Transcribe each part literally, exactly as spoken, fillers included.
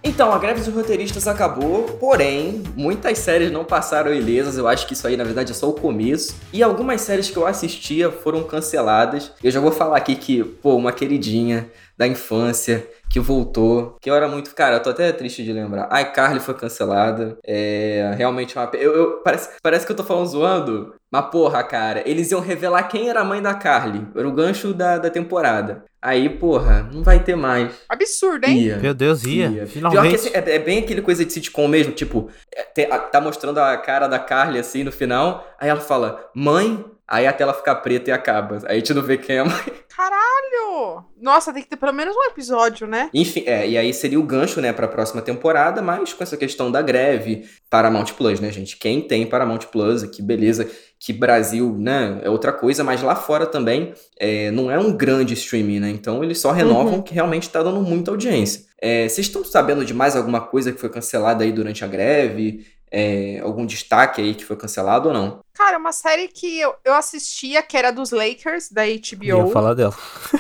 Então, a greve dos roteiristas acabou, porém, muitas séries não passaram ilesas, eu acho que isso aí, na verdade, é só o começo. E algumas séries que eu assistia foram canceladas. Eu já vou falar aqui que, pô, uma queridinha da infância que voltou, que eu era muito... Cara, eu tô até triste de lembrar. iCarly foi cancelada. É realmente uma... Eu, eu, parece, parece que eu tô falando zoando, mas porra, cara, eles iam revelar quem era a mãe da Carly. Era o gancho da, da temporada. Aí, porra, não vai ter mais. Absurdo, hein? Ia. Meu Deus, ia. ia. Finalmente. Pior que assim, é, é bem aquele coisa de sitcom mesmo, tipo, é, te, a, tá mostrando a cara da Carly assim no final, aí ela fala, mãe, aí a tela fica preta e acaba. Aí a gente não vê quem é a mãe. Caralho! Nossa, tem que ter pelo menos um episódio, né? Enfim, é, e aí seria o gancho, né, pra próxima temporada, mas com essa questão da greve, Paramount Plus, né, gente? Quem tem Paramount Plus aqui, beleza, que Brasil, né, é outra coisa, mas lá fora também é, não é um grande streaming, né? Então eles só renovam Uhum. que realmente tá dando muita audiência. É, vocês estão sabendo de mais alguma coisa que foi cancelada aí durante a greve? É, algum destaque aí que foi cancelado ou não? Cara, uma série que eu, eu assistia, que era dos Lakers, da H B O. Ia falar dela.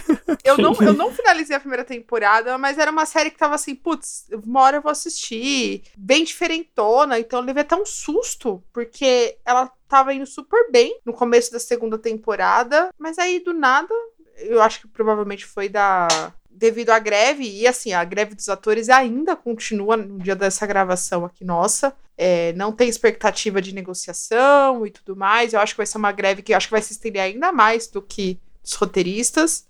Eu não, eu não finalizei a primeira temporada, mas era uma série que tava assim, putz, uma hora eu vou assistir. Bem diferentona, então eu levei até um susto, porque ela tava indo super bem no começo da segunda temporada, mas aí do nada, eu acho que provavelmente foi da... devido à greve, e assim, a greve dos atores ainda continua no dia dessa gravação aqui nossa, é, não tem expectativa de negociação e tudo mais, eu acho que vai ser uma greve que eu acho que vai se estender ainda mais do que os roteiristas.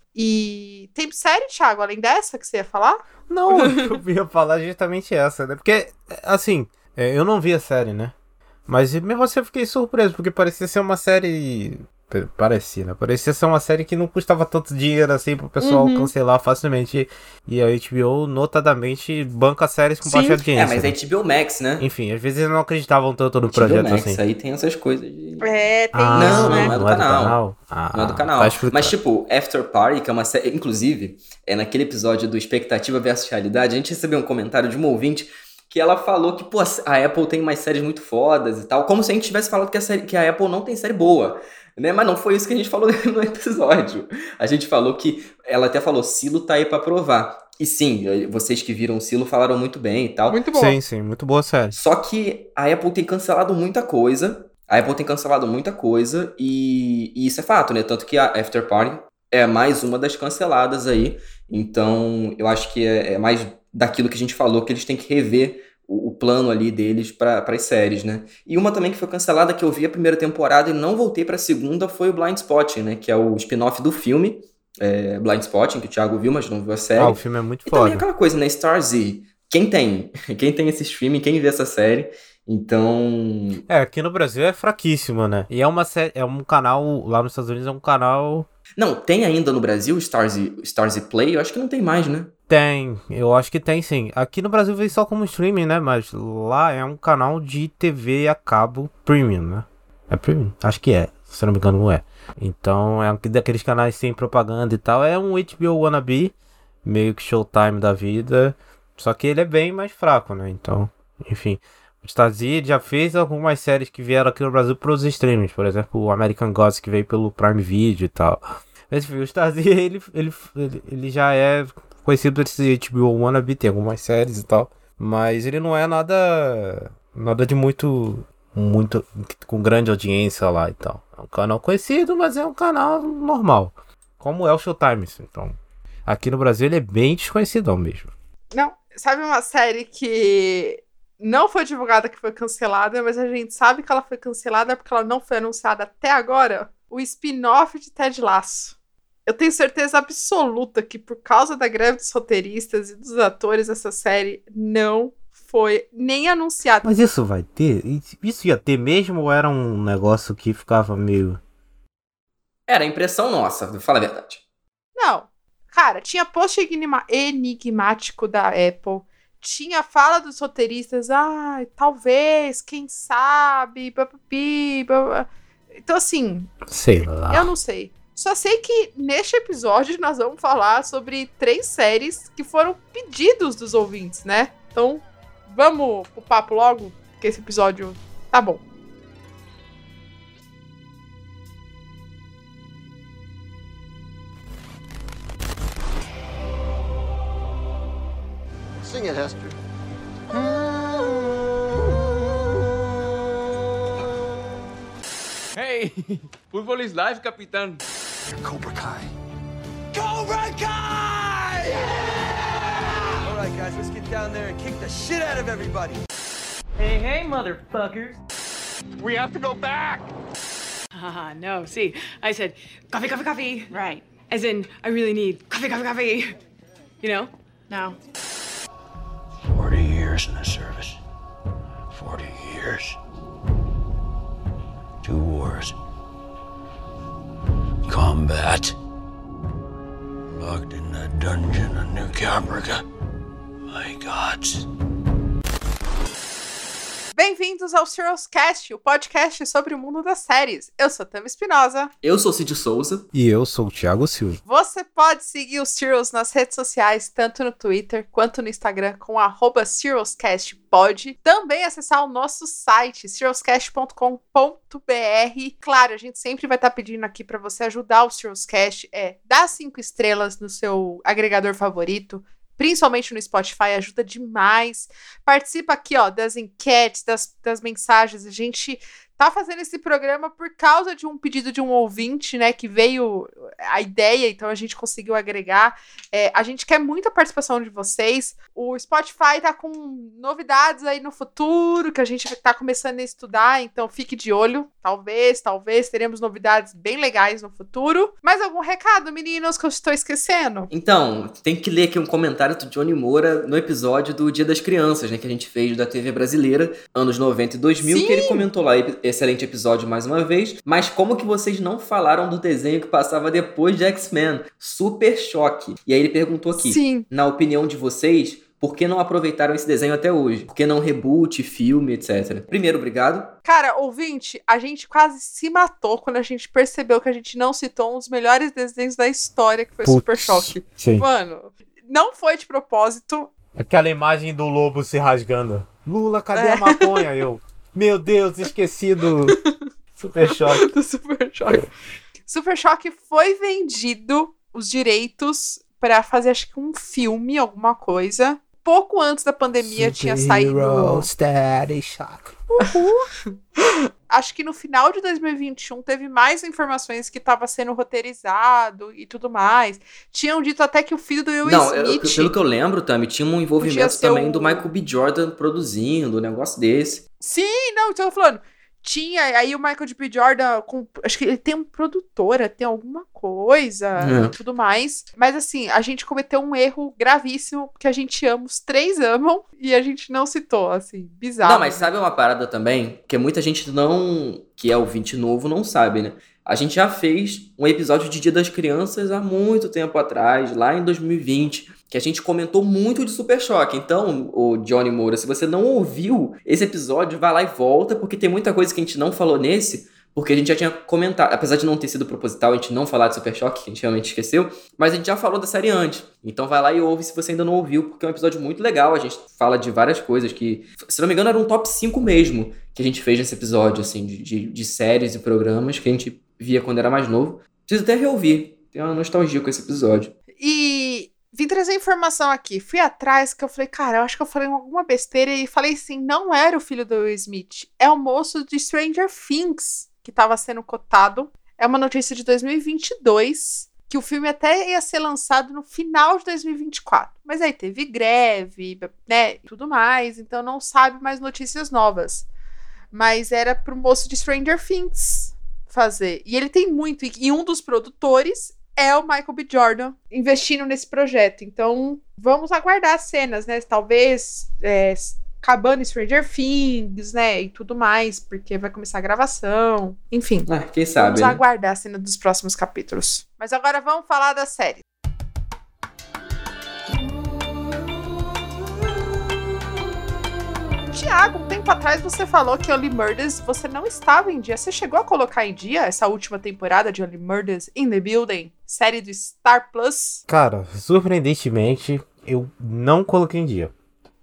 E tem série, Thiago, além dessa que você ia falar? Não, eu ia falar justamente essa, né? Porque, assim, é, eu não vi a série, né? Mas mesmo assim eu fiquei surpreso, porque parecia ser uma série... Parecia, né? Parecia ser uma série que não custava tanto dinheiro assim pro pessoal uhum. cancelar facilmente. E a H B O, notadamente, banca séries com Sim. baixa audiência. É, mas é H B O Max, né? Enfim, às vezes eles não acreditavam tanto no H B O projeto Max, assim. aí tem essas coisas de... É, tem ah, isso, não, né? Não, é do não é do canal. canal. Ah, não é do canal. Tá mas, tipo, After Party, que é uma série... Inclusive, é naquele episódio do Expectativa versus Realidade, a gente recebeu um comentário de uma ouvinte que ela falou que, pô, a Apple tem umas séries muito fodas e tal, como se a gente tivesse falado que a, série, que a Apple não tem série boa. Né? Mas não foi isso que a gente falou no episódio. A gente falou que... Ela até falou, Silo tá aí pra provar. E sim, vocês que viram o Silo falaram muito bem e tal. Muito bom. Sim, sim, muito boa série. Só que a Apple tem cancelado muita coisa. A Apple tem cancelado muita coisa e, e isso é fato, né? Tanto que a After Party é mais uma das canceladas aí. Então, eu acho que é, é mais daquilo que a gente falou, que eles têm que rever o plano ali deles para as séries, né? E uma também que foi cancelada, que eu vi a primeira temporada e não voltei pra segunda, foi o Blind Spotting, né? Que é o spin-off do filme, é, Blind Spotting, que o Thiago viu, mas não viu a série. Ah, o filme é muito e foda. E também aquela coisa, né? Starz, quem tem? Quem tem esse streaming, quem vê essa série? Então... É, aqui no Brasil é fraquíssimo, né? E é uma série, é um canal, lá nos Estados Unidos é um canal... Não, tem ainda no Brasil Starz, Starz Play? Eu acho que não tem mais, né? Tem, eu acho que tem sim. Aqui no Brasil veio só como streaming, né? Mas lá é um canal de T V a cabo premium, né? É premium? Acho que é, se não me engano não é. Então é um daqueles canais sem propaganda e tal. É um H B O wannabe, meio que Showtime da vida. Só que ele é bem mais fraco, né? Então, enfim. O Starz já fez algumas séries que vieram aqui no Brasil pros streamings. Por exemplo, o American Gods, que veio pelo Prime Video e tal. Mas enfim, o Starz, ele, ele, ele, ele já é... conhecido por esse H B O wannabe, tem algumas séries e tal, mas ele não é nada nada de muito muito com grande audiência lá e tal. É um canal conhecido, mas é um canal normal, como é o Showtime. Então, aqui no Brasil ele é bem desconhecidão mesmo. Não, sabe uma série que não foi divulgada, que foi cancelada, mas a gente sabe que ela foi cancelada porque ela não foi anunciada até agora? O spin-off de Ted Lasso. Eu tenho certeza absoluta que por causa da greve dos roteiristas e dos atores, essa série não foi nem anunciada. Mas isso vai ter? Isso ia ter mesmo ou era um negócio que ficava meio... Era impressão nossa, fala a verdade. Não. Cara, tinha post enigma- enigmático da Apple. Tinha fala dos roteiristas. Ah, talvez, quem sabe. Papapi, papapá. Então, assim... Sei lá. Eu não sei. Só sei que neste episódio nós vamos falar sobre três séries que foram pedidos dos ouvintes, né? Então, vamos pro papo logo, porque esse episódio tá bom. Sing it, Hester. Fútbol is life, capitán. Cobra Kai. Cobra Kai! Yeah! All right, guys, let's get down there and kick the shit out of everybody. Hey, hey, motherfuckers. We have to go back. Ah, no, see, I said, coffee, coffee, coffee. Right. As in, I really need coffee, coffee, coffee. You know? No. Forty years in the service. Forty years. Two wars. Combat. Locked in the dungeon of New Caprica. My gods. Bem-vindos ao Serials Cast, o podcast sobre o mundo das séries. Eu sou Tami Espinosa. Eu sou Cid Souza. E eu sou o Thiago Silva. Você pode seguir os Serials nas redes sociais, tanto no Twitter quanto no Instagram, com arroba SerialsCastPod. Também acessar o nosso site, serialscast ponto com ponto b r. Claro, a gente sempre vai estar pedindo aqui para você ajudar o Serials Cast, é dar cinco estrelas no seu agregador favorito, principalmente no Spotify, ajuda demais. Participa aqui, ó, das enquetes, das, das mensagens. A gente tá fazendo esse programa por causa de um pedido de um ouvinte, né, que veio a ideia, então a gente conseguiu agregar. É, a gente quer muita participação de vocês. O Spotify tá com novidades aí no futuro, que a gente tá começando a estudar, então fique de olho. Talvez, talvez, teremos novidades bem legais no futuro. Mais algum recado, meninos, que eu estou esquecendo? Então, tem que ler aqui um comentário do Johnny Moura no episódio do Dia das Crianças, né, que a gente fez da T V brasileira, anos noventa e dois mil, Sim! que ele comentou lá, excelente episódio mais uma vez, mas como que vocês não falaram do desenho que passava depois de X-Men? Super Choque. E aí ele perguntou aqui, Sim. na opinião de vocês, por que não aproveitaram esse desenho até hoje? Por que não reboot, filme, etcétera? Primeiro, obrigado. Cara, ouvinte, a gente quase se matou quando a gente percebeu que a gente não citou um dos melhores desenhos da história, que foi Putz, Super Choque. Sim. Mano, não foi de propósito. Aquela imagem do lobo se rasgando. Lula, cadê É. a maconha? Eu, meu Deus, esqueci do Super Choque. Do Super Choque. Super Choque foi vendido os direitos pra fazer, acho que um filme, alguma coisa. Pouco antes da pandemia tinha saído. Steady Shock. Acho que no final de dois mil e vinte e um teve mais informações que estava sendo roteirizado e tudo mais. Tinham dito até que o filho do Will Não, eu, Smith... pelo que eu lembro, Tami, tinha um Podia envolvimento ser também o- do Michael B. Jordan produzindo, um negócio desse. Sim, não, então eu tô falando. Tinha, aí o Michael B. Jordan, com, acho que ele tem uma produtora, tem alguma coisa É. e tudo mais. Mas assim, a gente cometeu um erro gravíssimo, porque a gente ama, os três amam, e a gente não citou, assim, bizarro. Não, mas sabe uma parada também? Que muita gente não... que é ouvinte novo não sabe, né? A gente já fez um episódio de Dia das Crianças há muito tempo atrás, lá em dois mil e vinte, que a gente comentou muito de Super Choque. Então, o Johnny Moura, se você não ouviu esse episódio, vai lá e volta, porque tem muita coisa que a gente não falou nesse, porque a gente já tinha comentado. Apesar de não ter sido proposital, a gente não falar de Super Choque, que a gente realmente esqueceu, mas a gente já falou da série antes. Então vai lá e ouve se você ainda não ouviu, porque é um episódio muito legal. A gente fala de várias coisas que, se não me engano, era um top cinco mesmo que a gente fez nesse episódio, assim, de, de, de séries e programas que a gente via quando era mais novo. Preciso até reouvir. Tem uma nostalgia com esse episódio. E vim trazer informação aqui. Fui atrás, que eu falei, cara, eu acho que eu falei alguma besteira, e falei assim, não era o filho do Will Smith, é o moço de Stranger Things, que estava sendo cotado. É uma notícia de dois mil e vinte e dois, que o filme até ia ser lançado no final de dois mil e vinte e quatro. Mas aí teve greve, né, e tudo mais, então não sabe mais notícias novas. Mas era pro moço de Stranger Things fazer. E ele tem muito, e um dos produtores é o Michael B. Jordan investindo nesse projeto. Então, vamos aguardar as cenas, né? Talvez é, acabando Stranger Things, né? E tudo mais, porque vai começar a gravação. Enfim, Ah, quem sabe, vamos né? aguardar a cena dos próximos capítulos. Mas agora vamos falar da série. Tiago, um tempo atrás você falou que Only Murders você não estava em dia. Você chegou a colocar em dia essa última temporada de Only Murders in the Building? Série do Star Plus? Cara, surpreendentemente, eu não coloquei em dia.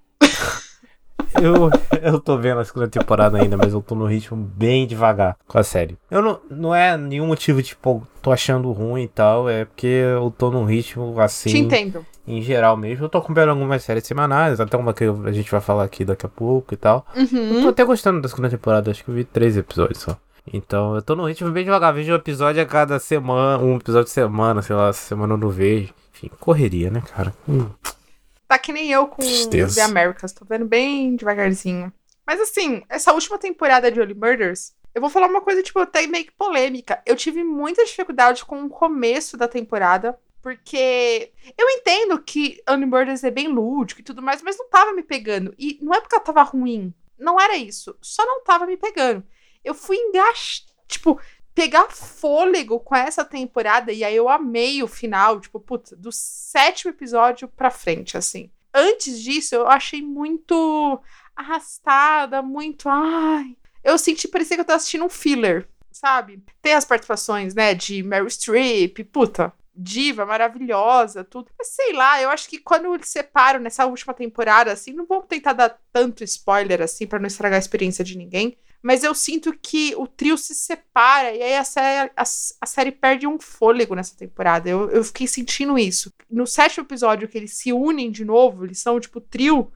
eu, eu tô vendo a segunda temporada ainda, mas eu tô no ritmo bem devagar com a série. Eu não, não é nenhum motivo, tipo, tô achando ruim e tal, é porque eu tô num ritmo assim. Te entendo. Em geral mesmo, eu tô acompanhando algumas séries semanais, até uma que eu- a gente vai falar aqui daqui a pouco e tal. Eu tô Uhum. até gostando da segunda temporada, acho que eu vi três episódios só. Então eu tô no ritmo bem devagar, vejo um episódio a cada semana, um episódio de semana, sei lá, semana eu não vejo. Enfim, correria, né, cara? Hum. Tá que nem eu com Tristeza. The Americans, tô vendo bem devagarzinho. Mas assim, essa última temporada de Only Murders, eu vou falar uma coisa, tipo, até meio que polêmica. Eu tive muita dificuldade com o começo da temporada, porque eu entendo que Only Murders é bem lúdico e tudo mais, mas não tava me pegando. E não é porque ela tava ruim, não era isso. Só não tava me pegando. Eu fui engastar, tipo, pegar fôlego com essa temporada, e aí eu amei o final, tipo, puta, do sétimo episódio pra frente, assim. Antes disso, eu achei muito arrastada, muito, ai... Eu senti, parecia que eu tava assistindo um filler, sabe? Tem as participações, né, de Meryl Streep, puta, diva, maravilhosa, tudo. Mas sei lá, eu acho que quando eles separam nessa última temporada, assim, não vou tentar dar tanto spoiler, assim, pra não estragar a experiência de ninguém, mas eu sinto que o trio se separa e aí a série, a, a série perde um fôlego nessa temporada. Eu, eu fiquei sentindo isso. No sétimo episódio, que eles se unem de novo, eles são, tipo, trio,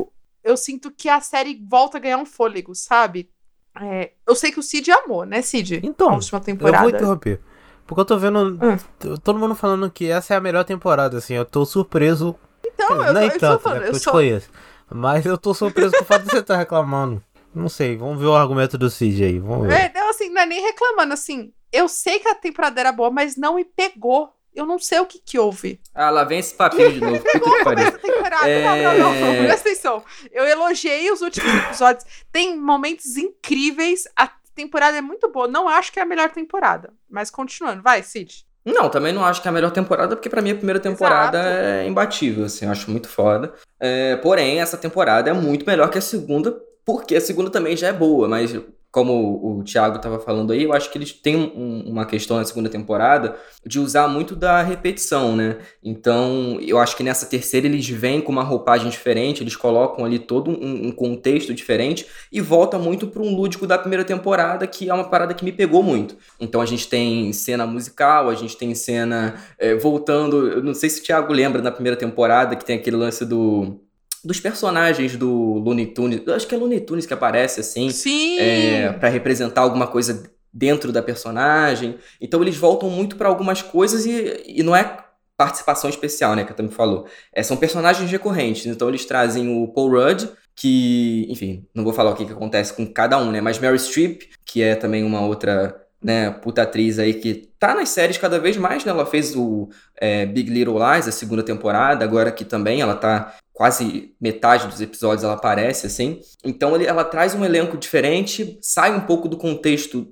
eu sinto que a série volta a ganhar um fôlego, sabe? É, eu sei que o Cid amou, né, Cid? Então, a última temporada. Eu vou interromper. Porque eu tô vendo hum. todo mundo falando que essa é a melhor temporada, assim. Eu tô surpreso. Então, eu, Nem eu, tanto, falando, né, eu porque eu sou... te conheço. Mas eu tô surpreso com o fato de você estar reclamando. Não sei, vamos ver o argumento do Cid aí, vamos ver. É, não, assim, não é nem reclamando, assim. Eu sei que a temporada era boa, mas não me pegou. Eu não sei o que que houve. Ah, lá vem esse papinho de novo. Pegou o começo da temporada. É... Não, não, não. Presta atenção. Eu elogiei os últimos episódios. Tem momentos incríveis. A temporada é muito boa. Não acho que é a melhor temporada. Mas continuando. Vai, Cid. Não, também não acho que é a melhor temporada, porque pra mim a primeira temporada Exato. é imbatível, assim, eu acho muito foda. É, porém, essa temporada é muito melhor que a segunda, porque a segunda também já é boa, mas como o Thiago tava falando aí, eu acho que eles têm um, uma questão na segunda temporada de usar muito da repetição, né? Então, eu acho que nessa terceira eles vêm com uma roupagem diferente, eles colocam ali todo um, um contexto diferente e volta muito para um lúdico da primeira temporada, que é uma parada que me pegou muito. Então, a gente tem cena musical, a gente tem cena é, voltando... Eu não sei se o Thiago lembra na primeira temporada que tem aquele lance do... dos personagens do Looney Tunes, eu acho que é Looney Tunes que aparece, assim, Sim. é, pra representar alguma coisa dentro da personagem. Então eles voltam muito pra algumas coisas e, e não é participação especial, né, que a Tami falou. É, são personagens recorrentes, então eles trazem o Paul Rudd, que, enfim, não vou falar o que, que acontece com cada um, né, mas Meryl Streep, que é também uma outra... né, puta atriz aí que tá nas séries cada vez mais, né, ela fez o é, Big Little Lies, a segunda temporada, agora aqui também, ela tá quase metade dos episódios ela aparece, assim, então ele, ela traz um elenco diferente, sai um pouco do contexto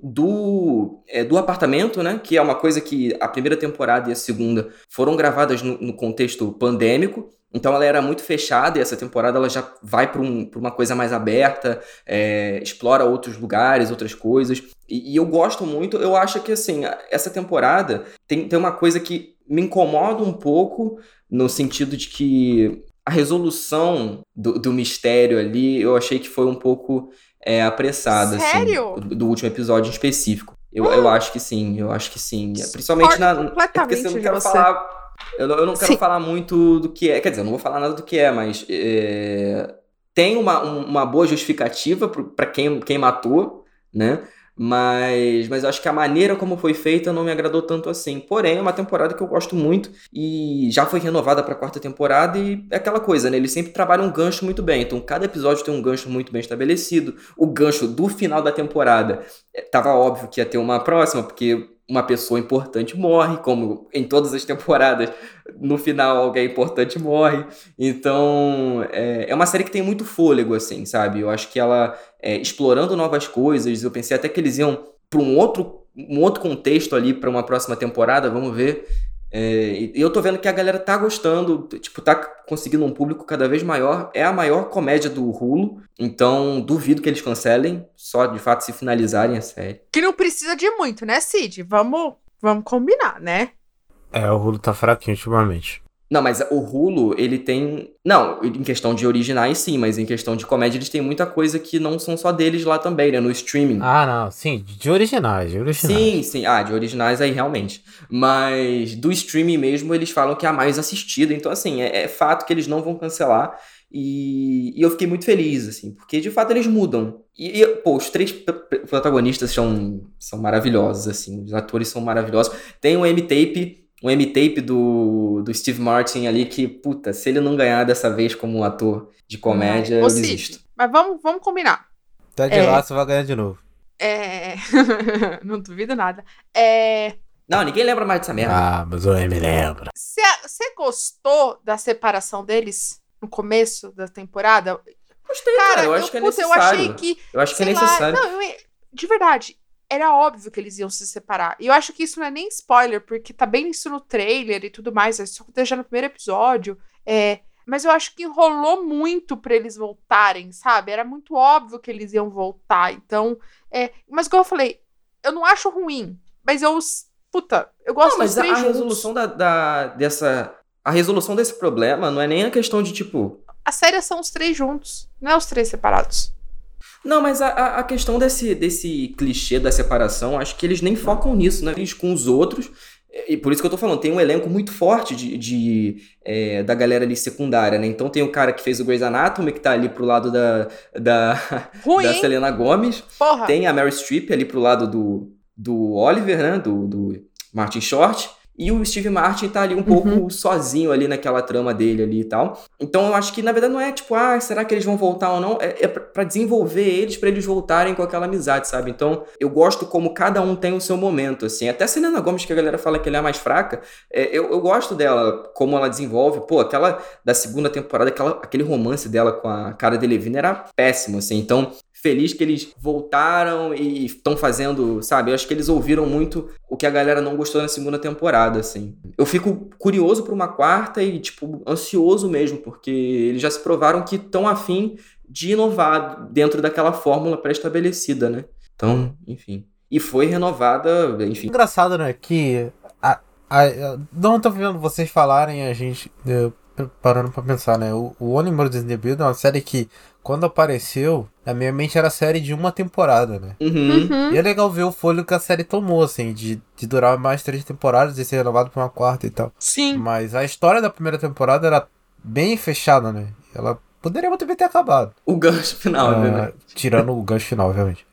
do, é, do apartamento, né, que é uma coisa que a primeira temporada e a segunda foram gravadas no, no contexto pandêmico, então ela era muito fechada e essa temporada ela já vai para um, uma coisa mais aberta, é, explora outros lugares, outras coisas. E, e eu gosto muito, eu acho que assim, essa temporada tem, tem uma coisa que me incomoda um pouco, no sentido de que a resolução do, do mistério ali, eu achei que foi um pouco é, apressada. Sério? Assim, do, do último episódio em específico. Eu, eu acho que sim, eu acho que sim. Principalmente na... completamente é porque você não de quero você. falar... Eu não, eu não quero Sim. falar muito do que é. Quer dizer, eu não vou falar nada do que é, mas é, tem uma, um, uma boa justificativa para quem, quem matou, né? Mas, mas eu acho que a maneira como foi feita não me agradou tanto assim. Porém, é uma temporada que eu gosto muito e já foi renovada para a quarta temporada e é aquela coisa, né? Eles sempre trabalham um gancho muito bem. Então, cada episódio tem um gancho muito bem estabelecido. O gancho do final da temporada tava óbvio que ia ter uma próxima, porque uma pessoa importante morre, como em todas as temporadas, no final alguém importante morre. Então, é, é uma série que tem muito fôlego, assim, sabe? Eu acho que ela, é, explorando novas coisas, eu pensei até que eles iam para um outro, um outro contexto ali para uma próxima temporada, vamos ver. É, e eu tô vendo que a galera tá gostando, tipo, tá conseguindo um público cada vez maior. É a maior comédia do Hulu, então duvido que eles cancelem, só de fato se finalizarem a série. Que não precisa de muito, né, Cid? Vamos, vamos combinar, né? É, o Hulu tá fraquinho ultimamente. Não, mas o Hulu, ele tem... Não, em questão de originais, sim, mas em questão de comédia, eles têm muita coisa que não são só deles lá também, né? No streaming. Ah, não, sim, de originais, de originais. Sim, sim. Ah, de originais aí, realmente. Mas do streaming mesmo, eles falam que é a mais assistida. Então, assim, é, é fato que eles não vão cancelar. E, e eu fiquei muito feliz, assim, porque de fato eles mudam. E, e, pô, os três p- p- protagonistas são, são maravilhosos, assim, os atores são maravilhosos. Tem um M-Tape, um M-Tape do, do Steve Martin ali que, puta, se ele não ganhar dessa vez como um ator de comédia, Ai, eu ô, Cid, desisto. Mas vamos, vamos combinar. Ted É. Lasso vai ganhar de novo. É... Não duvido nada. É... Não, ninguém lembra mais dessa merda. Ah, mas eu me lembro. Você gostou da separação deles no começo da temporada? Gostei, cara, eu acho que é puta, necessário. Eu achei que, Eu acho que é sei lá, necessário. não, eu- de verdade, era óbvio que eles iam se separar. E eu acho que isso não é nem spoiler, porque tá bem isso no trailer e tudo mais. Isso aconteceu no primeiro episódio. É, mas eu acho que enrolou muito pra eles voltarem, sabe? Era muito óbvio que eles iam voltar. Então, é, mas como eu falei, eu não acho ruim, mas eu, puta, eu gosto Não, mas dos a, três a juntos. resolução da, da- dessa... A resolução desse problema não é nem a questão de, tipo... A série são os três juntos, não é os três separados. Não, mas a, a- a questão desse, desse clichê da separação, acho que eles nem focam nisso, né? Eles com os outros... E por isso que eu tô falando, tem um elenco muito forte de, de, é, da galera ali secundária, né? Então tem o cara que fez o Grey's Anatomy, que tá ali pro lado da, da, Ruim, da hein? Selena Gomez. Porra. Tem a Meryl Streep ali pro lado do, do Oliver, né? Do, do Martin Short. E o Steve Martin tá ali um pouco sozinho ali naquela trama dele ali e tal. Então eu acho que, na verdade, não é tipo, ah, será que eles vão voltar ou não? É, é pra pra desenvolver eles, pra eles voltarem com aquela amizade, sabe? Então eu gosto como cada um tem o seu momento, assim. Até a Selena Gomez, que a galera fala que ela é a mais fraca, é, eu, eu gosto dela, como ela desenvolve. Pô, aquela da segunda temporada, aquela, aquele romance dela com a Cara Delevingne era péssimo, assim. Então... feliz que eles voltaram e estão fazendo, sabe? Eu acho que eles ouviram muito o que a galera não gostou na segunda temporada, assim. Eu fico curioso pra uma quarta e, tipo, ansioso mesmo, porque eles já se provaram que estão afim de inovar dentro daquela fórmula pré-estabelecida, né? Então, enfim. E foi renovada, enfim. Engraçado, né? Que. A, a, a- não tô vendo vocês falarem, a gente. Eu, parando pra pensar, né? O, o Only Murders in the Building é uma série que, quando apareceu, na minha mente era série de uma temporada, né? Uhum. Uhum. E é legal ver o fôlego que a série tomou, assim, de, de durar mais três temporadas e ser renovado pra uma quarta e tal. Sim. Mas a história da primeira temporada era bem fechada, né? Ela poderia muito bem ter acabado. O gancho final, Ah, né? tirando o gancho final, obviamente.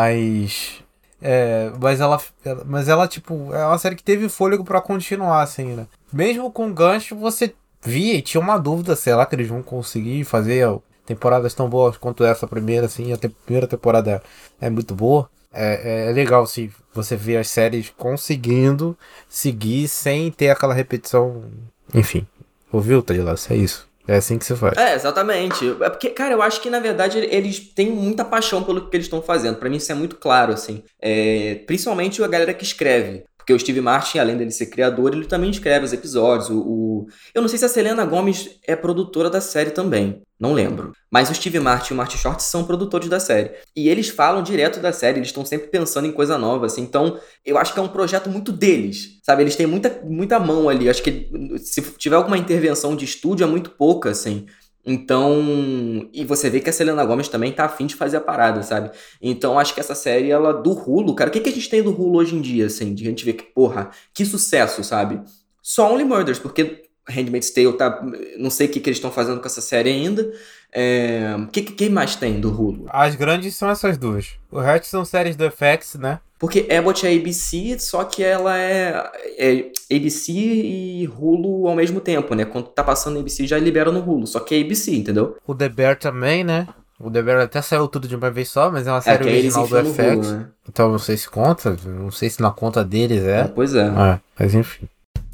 Mas. É, mas ela, ela- mas ela, tipo, é uma série que teve fôlego pra continuar, assim, né? Mesmo com gancho, você via e tinha uma dúvida, sei lá, que eles vão conseguir fazer ó, temporadas tão boas quanto essa primeira, assim. A te- primeira temporada é, é muito boa. É, é legal, assim, você ver as séries conseguindo seguir sem ter aquela repetição. Enfim, ouviu, Tadilas? É isso. É assim que você faz. É, exatamente. É porque, cara, eu acho que, na verdade, eles têm muita paixão pelo que eles estão fazendo. Pra mim, isso é muito claro, assim. É, principalmente a galera que escreve. Porque o Steve Martin, além dele ser criador, ele também escreve os episódios. O, o- Eu não sei se a Selena Gomez é produtora da série também. Não lembro. Mas o Steve Martin e o Martin Short são produtores da série. E eles falam direto da série. Eles estão sempre pensando em coisa nova, assim. Então, eu acho que é um projeto muito deles. Sabe? Eles têm muita, muita mão ali. Acho que se tiver alguma intervenção de estúdio, é muito pouca, assim. Então, e você vê que a Selena Gomez também tá afim de fazer a parada, sabe? Então, acho que essa série, ela, do Hulu, cara, o que, que a gente tem do Hulu hoje em dia, assim? De a gente ver que, porra, que sucesso, sabe? Só Only Murders, porque Handmaid's Tale tá... Não sei o que, que eles estão fazendo com essa série ainda. É... O que, que que mais tem do Hulu? As grandes são essas duas. O resto são séries do F X, né? Porque Abbott é A B C, só que ela é, é A B C e Hulu ao mesmo tempo, né? Quando tá passando A B C, já libera no Hulu, só que é A B C, entendeu? O The Bear também, né? O The Bear até saiu tudo de uma vez só, mas é uma É, série que aí eles original do enfiam no F X. Hulu, né? Então não sei se conta, não sei se na conta deles É, é. pois é. É, mas enfim.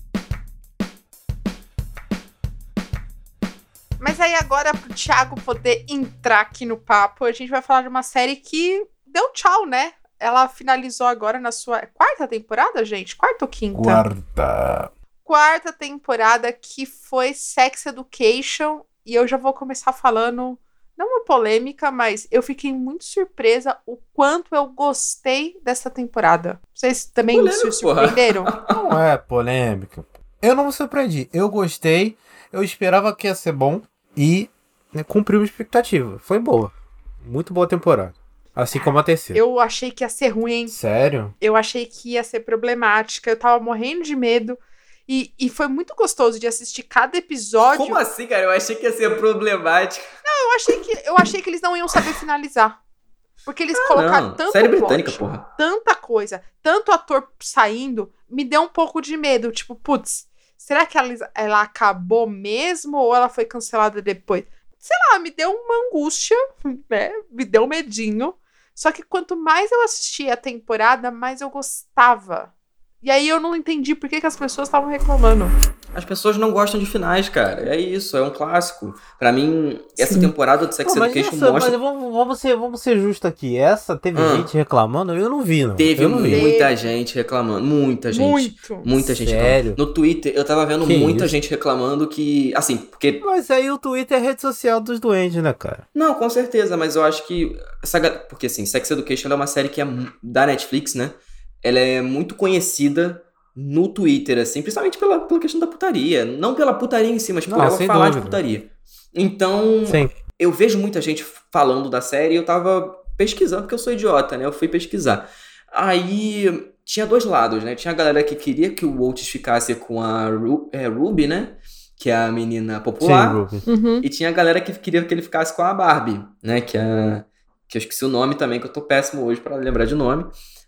Mas aí agora, pro Thiago poder entrar aqui no papo, a gente vai falar de uma série que deu tchau, né? Ela finalizou agora na sua quarta temporada, gente? Quarta ou quinta? Guarda. Quarta temporada, que foi Sex Education. E eu já vou começar falando, não uma polêmica, mas eu fiquei muito surpresa o quanto eu gostei dessa temporada. Vocês também Polêmico, se surpreenderam? Não é polêmica. Eu não me surpreendi. Eu gostei, eu esperava que ia ser bom e né, cumpriu a expectativa. Foi boa. Muito boa temporada. Assim como a terceira. Eu achei que ia ser ruim, hein? Sério? Eu achei que ia ser problemática, eu tava morrendo de medo. E, e foi muito gostoso de assistir cada episódio. Como assim, cara? Eu achei que ia ser problemático. Não, eu achei que, eu achei que eles não iam saber finalizar. Porque eles ah, colocaram não. tanto Série plot, britânica, porra. tanta coisa, tanto ator saindo, me deu um pouco de medo. Tipo, putz, será que ela, ela acabou mesmo ou ela foi cancelada depois? Sei lá, me deu uma angústia, né? Me deu um medinho. Só que quanto mais eu assistia a temporada, mais eu gostava. E aí eu não entendi por que, que as pessoas estavam reclamando. As pessoas não gostam de finais, cara. É isso, é um clássico. Pra mim, essa Sim. temporada do Sex Pô, Education essa, mostra... Mas vamos, vamos, ser, vamos ser justos aqui. Essa teve hum. gente reclamando? Eu não vi, não. Teve eu não vi. muita gente reclamando. Muita gente. Muito. Muita gente Sério? reclamando. No Twitter, eu tava vendo que muita isso? gente reclamando que... Assim, porque... Mas aí o Twitter é a rede social dos doentes, né, cara? Não, com certeza. Mas eu acho que... Essa... Porque, assim, Sex Education é uma série que é da Netflix, né? Ela é muito conhecida... no Twitter, assim, principalmente pela, pela questão da putaria. Não pela putaria em si, mas por não, ela falar dúvida. de putaria. Então, Sim. eu vejo muita gente falando da série e eu tava pesquisando, porque eu sou idiota, né? Eu fui pesquisar. Aí, tinha dois lados, né? Tinha a galera que queria que o Otis ficasse com a Ru- é, Ruby, né? Que é a menina popular. Sim, Ruby. Uhum. E tinha a galera que queria que ele ficasse com a Barbie, né? Que, é, que eu esqueci o nome também, que eu tô péssimo hoje pra lembrar de nome.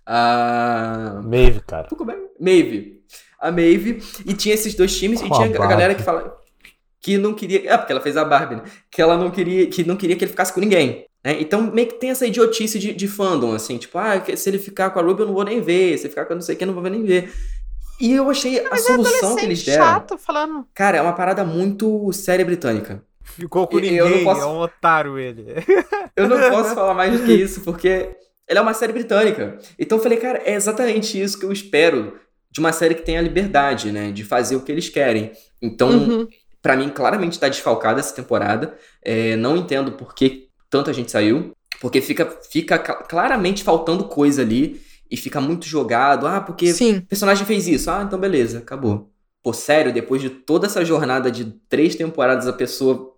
A... Maeve, cara. Maeve. A Maeve. E tinha esses dois times. Com e tinha a a galera que fala que não queria... É, porque ela fez a Barbie, né? Que ela não queria que, não queria que ele ficasse com ninguém. Né? Então, meio que tem essa idiotice de, de fandom, assim. Tipo, ah, se ele ficar com a Ruby, eu não vou nem ver. Se ele ficar com não sei quem, eu não vou nem ver. E eu achei não, a solução é que eles deram... chato falando. Cara, é uma parada muito série britânica. Ficou com ninguém, eu não posso... é um otário ele. Eu não posso falar mais do que isso, porque... Ela é uma série britânica. Então eu falei, cara, é exatamente isso que eu espero de uma série que tenha liberdade, né? De fazer o que eles querem. Então, uhum. pra mim, claramente tá desfalcada essa temporada. É, não entendo por que tanta gente saiu. Porque fica, fica claramente faltando coisa ali. E fica muito jogado. Ah, porque Sim. o personagem fez isso. Ah, então beleza, acabou. Pô, sério, depois de toda essa jornada de três temporadas, a pessoa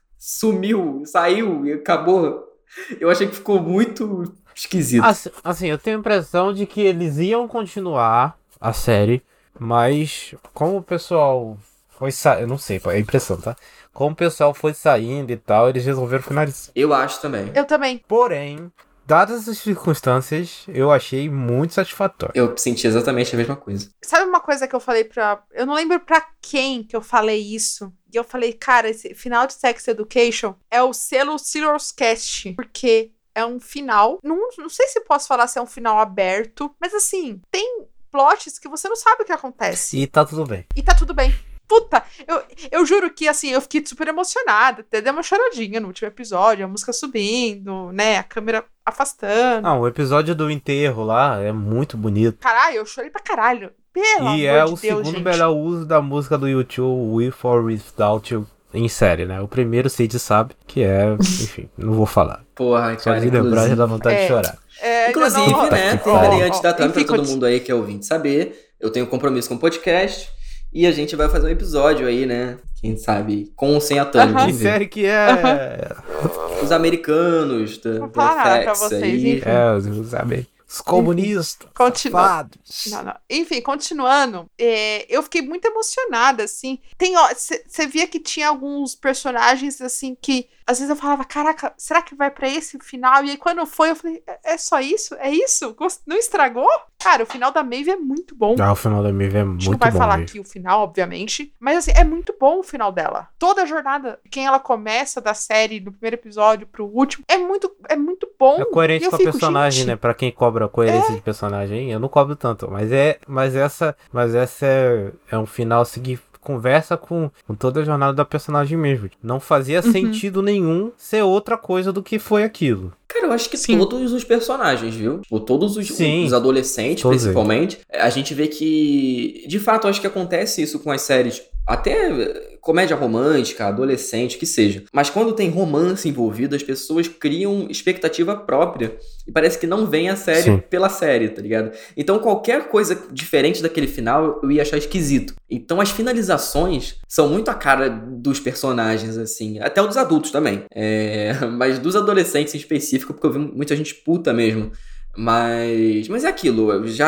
sumiu, saiu e acabou. Eu achei que ficou muito... esquisito. Assim, assim, eu tenho a impressão de que eles iam continuar a série, mas como o pessoal foi saindo, eu não sei, é a impressão, tá? Como o pessoal foi saindo e tal, eles resolveram finalizar. Eu acho também. Eu também. Porém, dadas as circunstâncias, eu achei muito satisfatório. Eu senti exatamente a mesma coisa. Sabe uma coisa que eu falei pra... Eu não lembro pra quem que eu falei isso. E eu falei, cara, esse final de Sex Education é o selo Serious Cast, porque... é um final, não, não sei se posso falar se é um final aberto, mas assim, tem plots que você não sabe o que acontece. E tá tudo bem. E tá tudo bem. Puta, eu, eu juro que assim, eu fiquei super emocionada, até dei uma choradinha no último episódio, a música subindo, né, a câmera afastando. Ah, o episódio do enterro lá é muito bonito. Caralho, eu chorei pra caralho. Pelo e amor é de o Deus, segundo gente. melhor uso da música do YouTube, With or Without You, em série, né? O primeiro, Cid sabe, que é, enfim, não vou falar. Porra, Só cara, de lembrar já dá vontade é, de chorar. É, inclusive, não, né, ó, tem, ó, antes da thumb, pra todo continu... mundo aí que é ouvinte saber, eu tenho um compromisso com o podcast e a gente vai fazer um episódio aí, né, quem sabe, com ou sem a thumb. Uh-huh. Que série que é... Uh-huh. Os americanos, da, Vou da falar nada pra F X vocês, aí. enfim. É, os, os, os comunistas, Continua. safados. Não, não. Enfim, continuando, é, eu fiquei muito emocionada, assim. Tem, ó, você via que tinha alguns personagens, assim, que às vezes eu falava, caraca, será que vai pra esse final? E aí quando foi, eu falei, é, é só isso? É isso? Não estragou? Cara, o final da Maeve é muito bom. Ah, o final da Maeve é muito bom. A gente não vai falar mesmo. aqui o final, obviamente. Mas assim, é muito bom o final dela. Toda a jornada, quem ela começa da série, do primeiro episódio pro último, é muito, é muito bom. É coerente E eu com a fico, personagem, gente, né? Pra quem cobra coerência é... de personagem, eu não cobro tanto. Mas é, mas essa, mas essa é, é um final assim que conversa com, com toda a jornada da personagem mesmo. Não fazia Uhum. sentido nenhum ser outra coisa do que foi aquilo. Cara, eu acho que Sim. todos os personagens, viu? Tipo, todos os, Sim. os adolescentes, Todos principalmente, a gente vê que, de fato, eu acho que acontece isso com as séries, até comédia romântica, adolescente, que seja. Mas quando tem romance envolvido, as pessoas criam expectativa própria e parece que não vem a série Sim. pela série, tá ligado? Então qualquer coisa diferente daquele final eu ia achar esquisito. Então as finalizações são muito a cara dos personagens, assim, até o dos adultos também. É... Mas dos adolescentes em específico, porque eu vi muita gente puta mesmo. Mas, mas é aquilo, já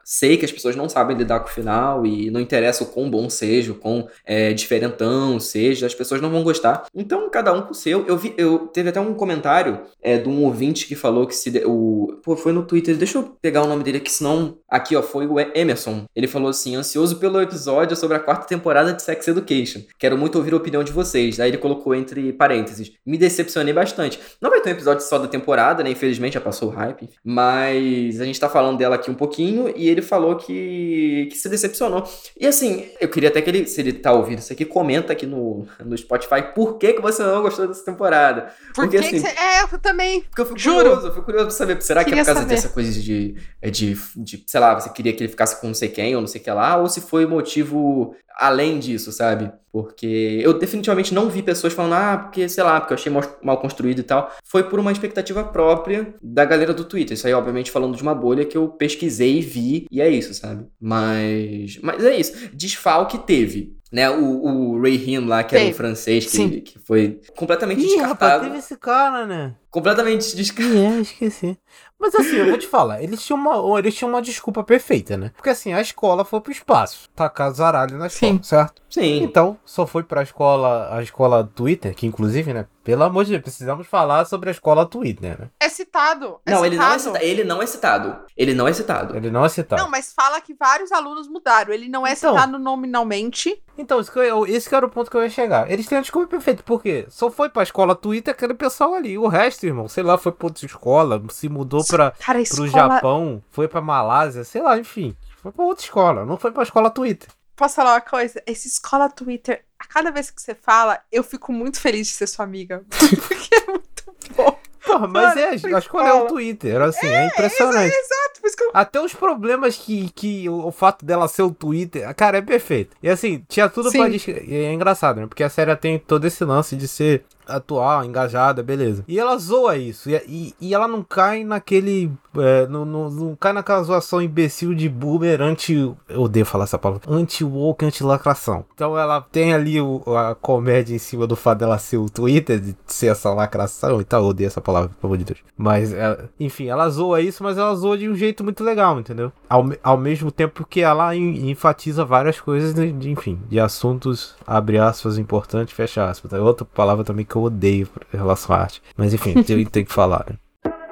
sei que as pessoas não sabem lidar com o final e não interessa o quão bom seja, o quão é, diferentão seja, as pessoas não vão gostar. Então, cada um com o seu. Eu vi, eu teve até um comentário é, de um ouvinte que falou que se... De, o, pô, foi no Twitter, deixa eu pegar o nome dele aqui, senão... Aqui, ó, foi o Emerson. Ele falou assim, ansioso pelo episódio sobre a quarta temporada de Sex Education. Quero muito ouvir a opinião de vocês. Aí ele colocou entre parênteses. Me decepcionei bastante. Não vai ter um episódio só da temporada, né? Infelizmente, já passou o hype. Mas a gente tá falando dela aqui um pouquinho e ele falou que, que se decepcionou. E assim, eu queria até que ele, se ele tá ouvindo isso aqui, comenta aqui no, no Spotify por que, que você não gostou dessa temporada. Por porque que assim... que você... É, eu também. Porque eu fico Juro. curioso, eu fico curioso pra saber. Será que é Queria por causa saber. dessa coisa de, de, de, sei lá, você queria que ele ficasse com não sei quem ou não sei o que lá, ou se foi motivo além disso, sabe? Porque eu definitivamente não vi pessoas falando, ah, porque, sei lá, porque eu achei mal, mal construído e tal. Foi por uma expectativa própria da galera do Twitter. Isso aí, obviamente, falando de uma bolha que eu pesquisei e vi, e é isso, sabe? Mas, mas é isso. Desfalque teve. Né, o, o Ray Him lá, que Teve. era um francês, que, Sim. que foi completamente Ih, rapaz, descartado. teve esse cara, né? Completamente descartado. Ih, é, esqueci. Mas assim, eu vou te falar, eles tinham uma, eles tinham uma desculpa perfeita, né? Porque assim, a escola foi pro espaço, tacar zaralho na escola, Sim. certo? Sim. Então, só foi pra escola, a escola Twitter, que inclusive, né? Pelo amor de Deus, precisamos falar sobre a escola Twitter, né? É citado. É Não, ele não, é citado. cita- ele não é citado. Ele não é citado. Ele não é citado. Não, mas fala que vários alunos mudaram. Ele não é Então. citado nominalmente. Então, isso que eu, esse que era o ponto que eu ia chegar. Eles têm a desculpa perfeita, porque só foi pra escola Twitter aquele pessoal ali. O resto, irmão, sei lá, foi pra outra escola, se mudou pra, Cara, a pro escola... Japão, foi pra Malásia, sei lá, enfim. Foi pra outra escola, não foi pra escola Twitter. Posso falar uma coisa? Essa escola Twitter, a cada vez que você fala, eu fico muito feliz de ser sua amiga. Porque é muito bom. Porra, mas Mano, é, a escola. escola é o Twitter, assim, é, impressionante. Exato, por isso que eu... Até os problemas que, que o, o fato dela ser o Twitter, cara, é perfeito. E assim, tinha tudo Sim. pra... Dis... É engraçado, né? Porque a série tem todo esse lance de ser atual, engajada, beleza. E ela zoa isso. E, e, e ela não cai naquele... É, não, não, não cai naquela zoação imbecil de boomer anti... Eu odeio falar essa palavra. Anti-woke, anti-lacração. Então ela tem ali o, a comédia em cima do fato dela ser o Twitter, de ser essa lacração e tal. Eu odeio essa palavra, pelo amor de Deus. Mas, é, enfim, ela zoa isso, mas ela zoa de um jeito muito legal, entendeu? Ao, ao mesmo tempo que ela en, enfatiza várias coisas, de, de, enfim, de assuntos, abre aspas, importantes, fecha aspas. É outra palavra também que eu odeio em relação à arte. Mas, enfim, tem, tem que falar, né?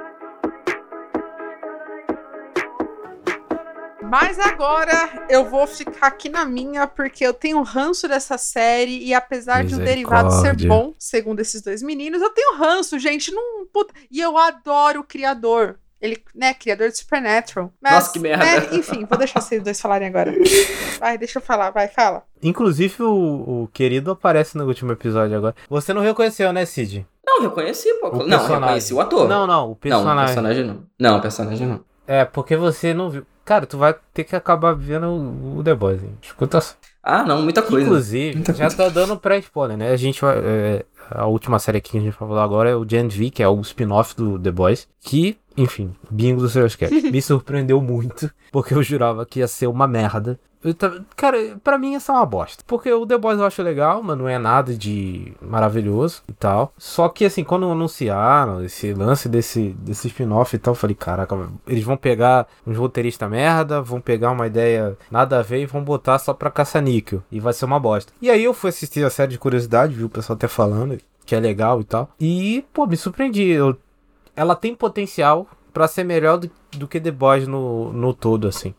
Mas agora eu vou ficar aqui na minha, porque eu tenho ranço dessa série, e apesar de o derivado ser Misericórdia. bom, segundo esses dois meninos, eu tenho ranço, gente. Não, puta, e eu adoro o criador. Ele, né, criador de Supernatural. Mas, Nossa, que merda. né, enfim, vou deixar vocês dois falarem agora. Vai, deixa eu falar, vai, fala. Inclusive, o, o querido aparece no último episódio agora. Você não reconheceu, né, Cid? Não, reconheci, pô. O Não, personagem. reconheci o ator. Não, não, o Não, personagem. o personagem não. Não, o personagem não. É, porque você não viu. Cara, tu vai ter que acabar vendo o, o The Boys, hein? Escuta só. Ah, não, muita coisa. Inclusive, já tá dando pré-spoiler, né? A gente vai. É, a última série aqui que a gente vai falar agora é o Gen V, que é o spin-off do The Boys. Que, enfim, bingo do seus cast. Me surpreendeu muito, porque eu jurava que ia ser uma merda. Eu tava- cara, pra mim essa é uma bosta. Porque o The Boys eu acho legal, mas não é nada de maravilhoso e tal. Só que assim, quando anunciaram esse lance desse, desse spin-off e tal, eu falei, caraca, eles vão pegar uns roteiristas merda, vão pegar uma ideia nada a ver e vão botar só pra caça-níquel. E vai ser uma bosta. E aí eu fui assistir a série de curiosidade, vi o pessoal até falando que é legal e tal. E, pô, me surpreendi. Eu, ela tem potencial pra ser melhor do, do que The Boys no, no todo, assim.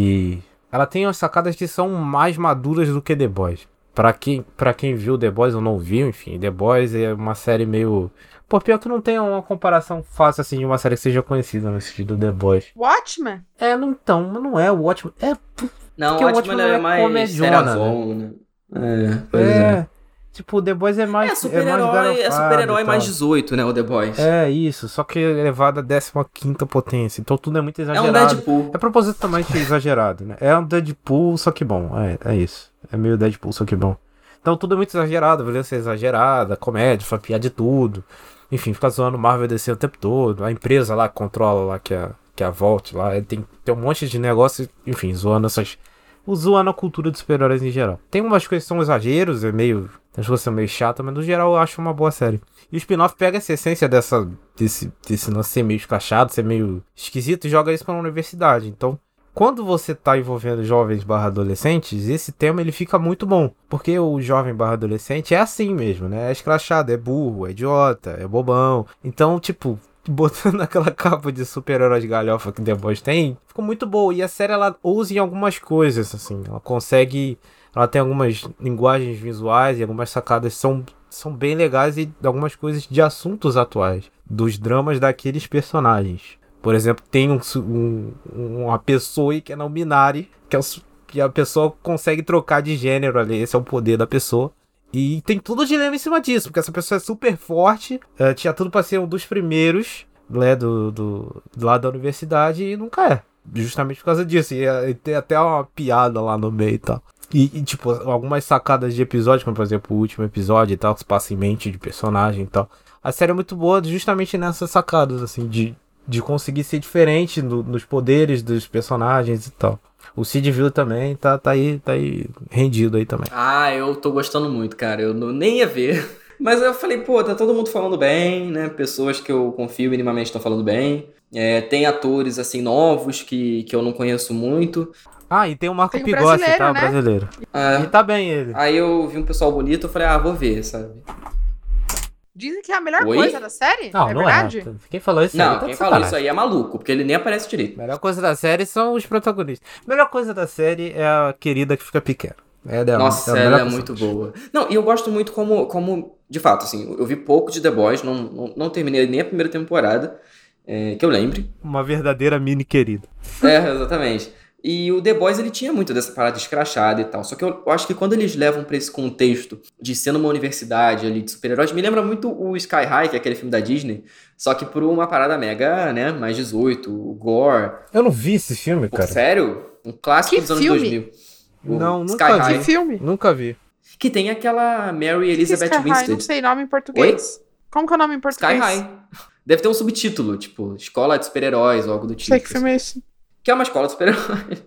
E ela tem umas sacadas que são mais maduras do que The Boys. Pra quem, pra quem viu The Boys ou não viu, enfim, The Boys é uma série meio... Pô, pior que não tem uma comparação fácil, assim, de uma série que seja conhecida no estilo The Boys. Watchmen? É, não, então, não é o ótimo. É, Não, Porque o o Watchmen Watchmen é é mais comediona, seriazona. É, pois é. é. Tipo, The Boys é mais. É super-herói, mais é super-herói e mais tal. dezoito, né, o The Boys. É isso, só que elevado à décima quinta potência. Então tudo é muito É exagerado. um Deadpool. É propositalmente exagerado, né? É um Deadpool, só que bom. É, é isso. É meio Deadpool, só que bom. Então tudo é muito exagerado, a violência é exagerada, comédia, faz piada de tudo. Enfim, fica zoando Marvel D C o tempo todo. A empresa lá que controla lá, que é, a- que é a Vault lá, tem, tem um monte de negócio, enfim, zoando essas... Zoando a cultura dos super-heróis em geral. Tem umas coisas que são exageros, é meio... As coisas são meio chatas, mas no geral eu acho uma boa série. E o spin-off pega essa essência dessa, desse, desse lance ser meio escrachado, ser meio esquisito e joga isso pra uma universidade. Então, quando você tá envolvendo jovens barra adolescentes, esse tema ele fica muito bom. Porque o jovem barra adolescente é assim mesmo, né? É escrachado, é burro, é idiota, é bobão. Então, tipo, botando aquela capa de super-herói de galhofa que The Boys tem, ficou muito boa. E a série, ela usa em algumas coisas, assim. Ela consegue... Ela tem algumas linguagens visuais e algumas sacadas são, são bem legais e algumas coisas de assuntos atuais. Dos dramas daqueles personagens. Por exemplo, tem um, um, uma pessoa que é não binária, que, é, que a pessoa consegue trocar de gênero ali, esse é o poder da pessoa. E tem tudo dilema em cima disso, porque essa pessoa é super forte, uh, tinha tudo pra ser um dos primeiros, né, do, do, do lado da universidade, e nunca é. Justamente por causa disso, e, e tem até uma piada lá no meio e tal. E, e, tipo, algumas sacadas de episódio, como por exemplo o último episódio e tal, que se passa em mente de personagem e tal. A série é muito boa justamente nessas sacadas, assim, de... de conseguir ser diferente no, nos poderes dos personagens e tal. O Sid View também tá, tá, aí, tá aí rendido aí também. Ah, eu tô gostando muito, cara. Eu não, nem ia ver. Mas eu falei, pô, tá todo mundo falando bem, né? Pessoas que eu confio minimamente estão falando bem. É, tem atores, assim, novos que, que eu não conheço muito. Ah, e tem o Marco Tem o Pigossi, brasileiro, tá? O né? brasileiro. É, E tá bem ele. aí eu vi um pessoal bonito, eu falei, ah, vou ver, sabe? Dizem que é a melhor Oi? coisa da série? Não, é não verdade? é. Quem falou isso aí Não, tá quem de falou sacanagem. isso aí é maluco, porque ele nem aparece direito. A melhor coisa da série são os protagonistas. A melhor coisa da série é a querida que fica pequena. É dela. Nossa, é a ela melhor é coisa. muito boa. Não, e eu gosto muito como, como, de fato, assim, eu vi pouco de The Boys, não, não, não terminei nem a primeira temporada, é, que eu lembre. Uma verdadeira mini querida. É, exatamente. E o The Boys, ele tinha muito dessa parada escrachada e tal. Só que eu, eu acho que quando eles levam pra esse contexto de ser numa universidade ali de super-heróis, me lembra muito o Sky High, que é aquele filme da Disney, só que por uma parada mega, né, mais dezoito, o gore. Eu não vi esse filme, Pô, cara. sério? Um clássico Que dos anos filme? dois mil. O Não, Sky nunca vi. High. Que filme? Nunca vi. Que tem aquela Mary Elizabeth Sky High, não Winstead. sei nome em português. Como que é o nome em português? Sky High. Deve ter um subtítulo, tipo, Escola de Super-Heróis ou algo do tipo. Sei que filme é esse. Que é uma escola de super-heróis.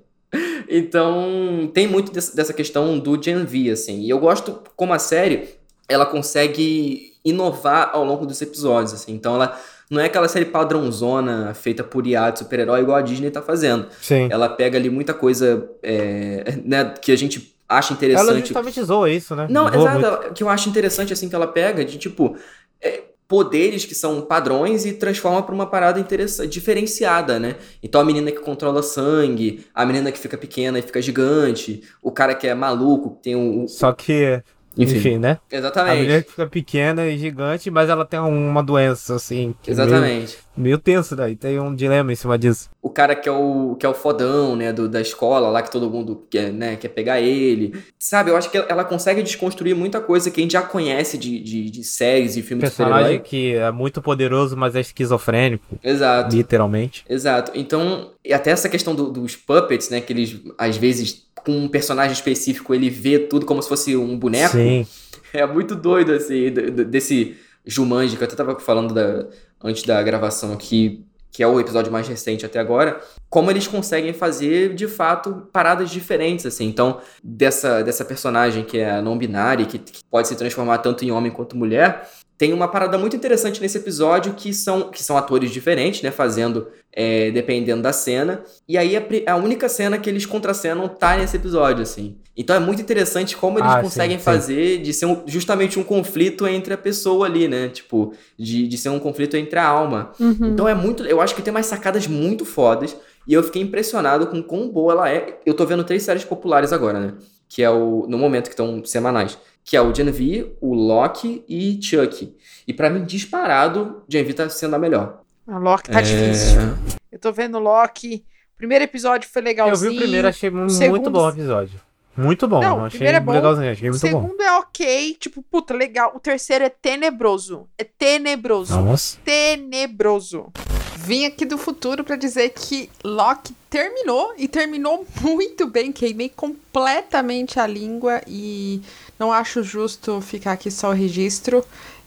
Então, tem muito dessa dessa questão do Gen V, assim. E eu gosto como a série, ela consegue inovar ao longo dos episódios, assim. Então, ela não é aquela série padrãozona, feita por I A de super-herói, igual a Disney tá fazendo. Sim. Ela pega ali muita coisa, é, né, que a gente acha Ela interessante. justamente zoa isso, né? Não, Zoa exato, muito. ela- que eu acho interessante, assim, que ela pega de, tipo, é, poderes que são padrões e transforma pra uma parada interessante, diferenciada, né? Então a menina que controla sangue, a menina que fica pequena e fica gigante, o cara que é maluco, que tem o... o- Só que, Enfim. enfim, né? A Exatamente, mulher que fica pequena e gigante, mas ela tem uma doença, assim. que é meio- exatamente. Meio tenso, daí. Tem um dilema em cima disso. O cara que é o, que é o fodão, né, do, da escola lá, que todo mundo quer, né, quer pegar ele. Sabe, eu acho que ela consegue desconstruir muita coisa que a gente já conhece de, de, de séries e filmes de Personagem super-herói. que é muito poderoso, mas é esquizofrênico, Exato. literalmente. Exato. Então, e até essa questão do- dos puppets, né? Que eles, às vezes, com um personagem específico, ele vê tudo como se fosse um boneco. Sim. É muito doido, assim, d- d- desse Jumanji, que eu até tava falando da- antes da gravação aqui, que é o episódio mais recente até agora, como eles conseguem fazer, de fato, paradas diferentes, assim. Então, dessa, dessa personagem que é a não-binária, que, que pode se transformar tanto em homem quanto mulher, tem uma parada muito interessante nesse episódio, que são, que são atores diferentes, né, fazendo, é, dependendo da cena. E aí, a, pri- a única cena que eles contracenam tá nesse episódio, assim. Então é muito interessante como eles Ah, conseguem sim, sim. fazer de ser um- justamente um conflito entre a pessoa ali, né? Tipo, de, de ser um conflito entre a alma. Uhum. Então é muito. Eu acho que tem umas sacadas muito fodas. E eu fiquei impressionado com quão boa ela é. Eu tô vendo três séries populares agora, né? Que é o. No momento que estão semanais. Que é o Gen V, o Loki e Chuck. E pra mim, disparado, Gen V tá sendo a melhor. A Loki tá É. difícil. Eu tô vendo Loki. O primeiro episódio foi Eu legalzinho. vi o primeiro, achei mu- muito segundo- bom o episódio. Muito bom, Não, o achei primeiro é bom. legalzinho, achei O muito bom. segundo é ok, tipo, puta, legal. O terceiro é tenebroso. É tenebroso. Nossa. Tenebroso. Vim aqui do futuro pra dizer que Loki terminou e terminou muito bem. Queimei completamente a língua e não acho justo ficar aqui só o registro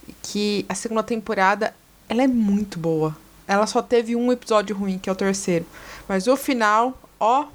que a segunda temporada ela é muito boa. Ela só teve um episódio ruim, que é o terceiro. Mas o final, ó,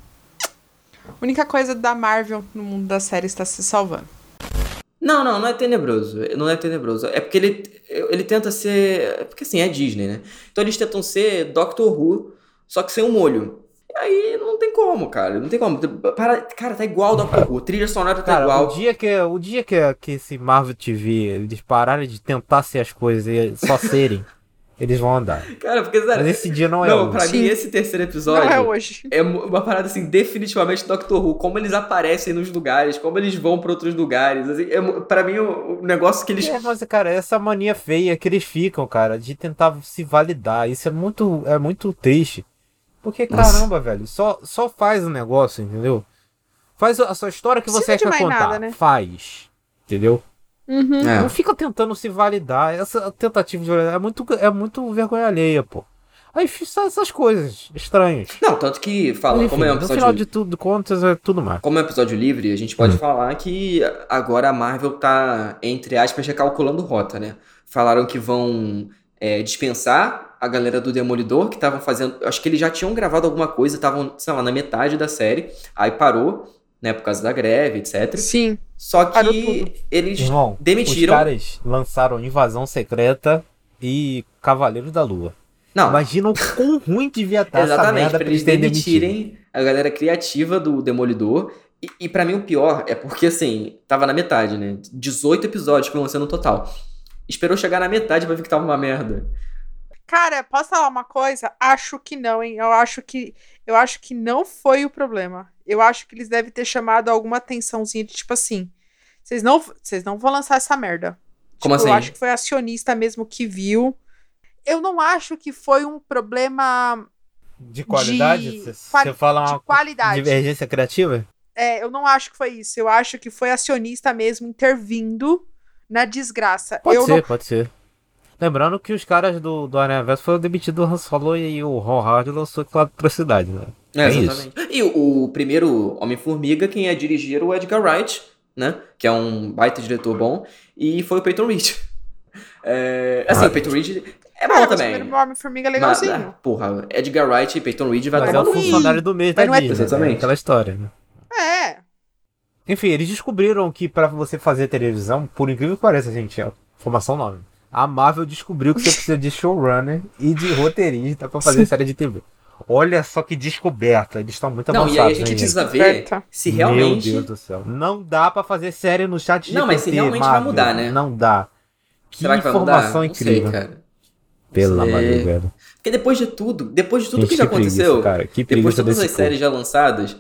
a única coisa da Marvel no mundo da série está se salvando. Não, não, não é tenebroso. Não é tenebroso. É porque ele, ele tenta ser. é Porque assim, é Disney, né? Então eles tentam ser Doctor Who, só que sem um molho. E aí não tem como, cara. Não tem como. Para, cara, tá igual da Who. Trilha sonora tá Cara, igual. o dia, que, o dia que, que esse Marvel T V, eles pararem de tentar ser as coisas e só serem, eles vão andar. Cara, porque, sério, Mas esse dia não é Não, hoje. pra mim, esse terceiro episódio Não é hoje. é uma parada, assim, definitivamente Doctor Who. Como eles aparecem nos lugares, como eles vão pra outros lugares. Assim, é, pra mim, o, o negócio que eles... É, mas, cara, essa mania feia que eles ficam, cara, de tentar se validar, isso é muito, é muito triste. Porque, caramba, Nossa. velho, só, só faz o negócio, entendeu? Faz a sua história que você Precisa de quer mais contar. nada, né? Faz. Entendeu? Uhum. É. Não fica tentando se validar. Essa tentativa de validar é muito, é muito vergonha alheia, pô. Aí são essas coisas estranhas. Não, tanto que, fala, Mas, enfim, como é um no episódio... final de tudo, contas, é tudo mais. Como é um episódio livre, a gente pode Hum. falar que agora a Marvel tá, entre aspas, recalculando rota, né? Falaram que vão é, dispensar a galera do Demolidor, que estavam fazendo... Acho que eles já tinham gravado alguma coisa, estavam, sei lá, na metade da série. Aí parou, né, por causa da greve, etcétera. Sim. Só Parou que tudo. eles Irmão, demitiram... os caras lançaram Invasão Secreta e Cavaleiro da Lua. Não, Imagina o quão ruim devia estar essa exatamente, merda pra pra eles eles terem demitido. demitirem a galera criativa do Demolidor. E, e pra mim o pior é porque, assim, tava na metade, né? dezoito episódios que iam ser no total. Esperou chegar na metade pra ver que tava uma merda. Cara, posso falar uma coisa? Acho que não, hein? Eu acho que, eu acho que não foi o problema. Eu acho que eles devem ter chamado alguma atençãozinha de tipo assim, vocês não, vocês não vão lançar essa merda. Como Tipo, assim? Eu acho que foi acionista mesmo que viu. Eu não acho que foi um problema De qualidade? De Você quali- fala de uma qualidade. divergência criativa? É, eu não acho que foi isso. Eu acho que foi acionista mesmo intervindo na desgraça. Pode eu ser, não... pode ser. Lembrando que os caras do, do Aranha Verso foram demitidos do Han Solo e o Ron Howard lançou aquela atrocidade, né? É, É exatamente. E o, o primeiro Homem-Formiga, quem ia dirigir era o Edgar Wright, né? Que é um baita diretor bom. E foi o Peyton Reed. É, assim, Ah, o Peyton Reed é bom Cara, mas o também. primeiro Homem-Formiga é Mas, legalzinho. ah, porra, Edgar Wright e Peyton Reed vai Mas dar é o uma ruim. funcionário do mês Mas da não é- Disney, Exatamente. né? Aquela história, né? É. Enfim, eles descobriram que pra você fazer televisão, por incrível que pareça, gente, é informação nova. A Marvel descobriu que você precisa de showrunner e de roteirista pra fazer série de T V. Olha só que descoberta, eles estão muito Não, avançados, e aí a gente né, precisa ver Certo. se Meu realmente... Deus do céu. Não dá pra fazer série no chat G P T, Não, mas se realmente vai Marvel. mudar, né? Não dá. Que Será que vai informação mudar? incrível. Não sei, cara. Pelo Não amor sei. de Deus, velho. Porque depois de tudo, depois de tudo Gente, que já que preguiça, aconteceu, cara, que depois preguiça de todas desse as séries já lançadas,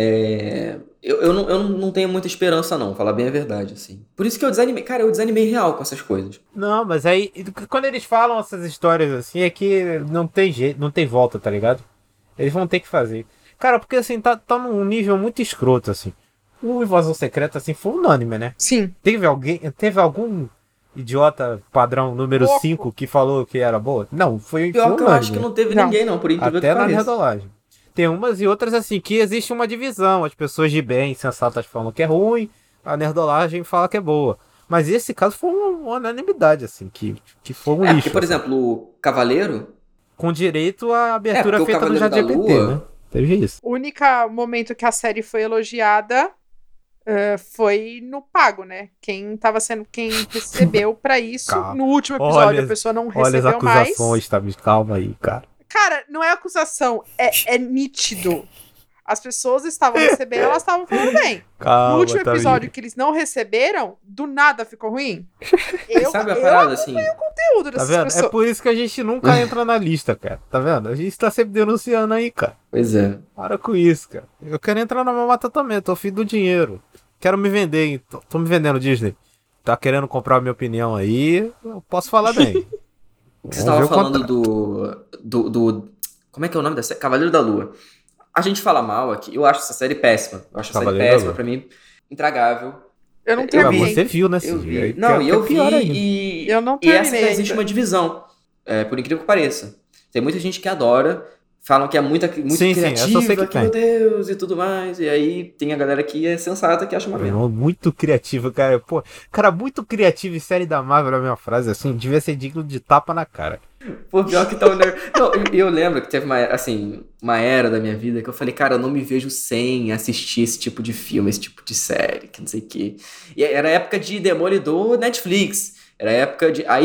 é, eu, eu, não, eu não tenho muita esperança não, falar bem a verdade, assim. Por isso que eu desanimei, cara, eu desanimei real com essas coisas. Não, mas aí, quando eles falam essas histórias assim, é que não tem jeito, não tem volta, tá ligado? Eles vão ter que fazer. Cara, porque assim, tá, tá num nível muito escroto, assim. O Invasão Secreta, assim, foi unânime, né? Sim. Teve alguém, teve algum idiota padrão número Pouco. cinco que falou que era boa? Não, foi, Pior foi que eu acho que unânime. não teve Não. ninguém não, por incrível Até que na pareça. nerdolagem. Tem umas e outras assim, que existe uma divisão. As pessoas de bem, sensatas falam que é ruim, a nerdolagem fala que é boa. Mas esse caso foi uma, uma unanimidade, assim, que, que foi um É, lixo. porque, por assim. exemplo, o Cavaleiro, Com direito à abertura É, porque o feita no Cavaleiro Chat da G P T, Lua- né? Teve isso. O único momento que a série foi elogiada eh, foi no pago, né? Quem tava sendo quem recebeu pra isso. Calma. No último episódio Olha- a pessoa não Olha as recebeu mais. acusações, tá? Calma aí, cara. Cara, não é acusação, é, é nítido. As pessoas estavam recebendo, elas estavam falando bem. Calma, No último tá episódio vindo. que eles não receberam, do nada ficou ruim. Eu, sabe a eu parada, assim? conteúdo Tá dessas vendo? pessoas. É por isso que a gente nunca entra na lista, cara. Tá vendo? A gente tá sempre denunciando aí, cara. Pois é. Para com isso, cara. Eu quero entrar na mamata também, tô afim do dinheiro. Quero me vender, hein? Tô, tô me vendendo, Disney. Tá querendo comprar a minha opinião aí? Eu posso falar bem. O que você Vamos estava ver o falando do, do, do... Como é que é o nome da série? Cavaleiro da Lua. A gente fala mal aqui, eu acho essa série péssima. Eu acho a série Cavaleiro da péssima, Lua. pra mim, intragável. Eu não eu Mas terminei. você viu, né, Eu Cid? vi. Aí Não, que- e que é eu vi pior ainda. e... Eu não E essa terminei existe ainda. uma divisão, é, por incrível que pareça. Tem muita gente que adora, falam que é muita, muito Sim, sim, essa eu sei criativa, que que, meu Deus, e tudo mais. E aí tem a galera que é sensata que acha uma merda. Não, muito criativo, cara. Pô, cara, muito criativo em série da Marvel, a minha frase, assim, devia ser digno de tapa na cara. Pô, pior que tá o ner... Não, e eu lembro que teve uma, assim, uma era da minha vida que eu falei, cara, eu não me vejo sem assistir esse tipo de filme, esse tipo de série, que não sei o quê. E era época de Demolidor Netflix. Era época de... Aí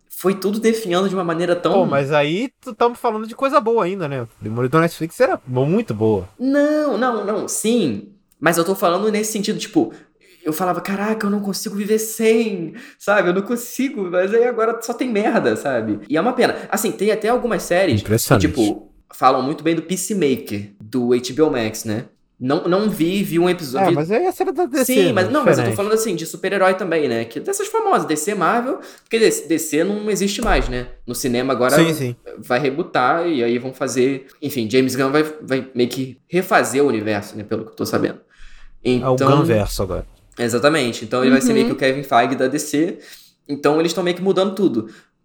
foi tudo definhando de uma maneira tão... Pô, mas aí estamos falando de coisa boa ainda, né? O Demolidor Netflix era muito boa. Não, não, não, sim. Mas eu tô falando nesse sentido, tipo... Eu falava, caraca, eu não consigo viver sem, sabe? Eu não consigo, mas aí agora só tem merda, sabe? E é uma pena. Assim, tem até algumas séries que, tipo, falam muito bem do Peacemaker, do H B O Max, né? Não, não vi, vi um episódio... É, mas aí é série da D C. Sim, mas né? não, mas eu tô Diferente. falando assim, de super-herói também, né? Que dessas famosas, D C, Marvel, porque D C não existe mais, né? No cinema agora Sim, sim. vai rebutar e aí vão fazer... Enfim, James Gunn vai, vai meio que refazer o universo, né? Pelo que eu tô sabendo. Então, É o Gunverso agora. Exatamente. Então ele Uhum. vai ser meio que o Kevin Feige da D C. Então eles estão meio que mudando tudo.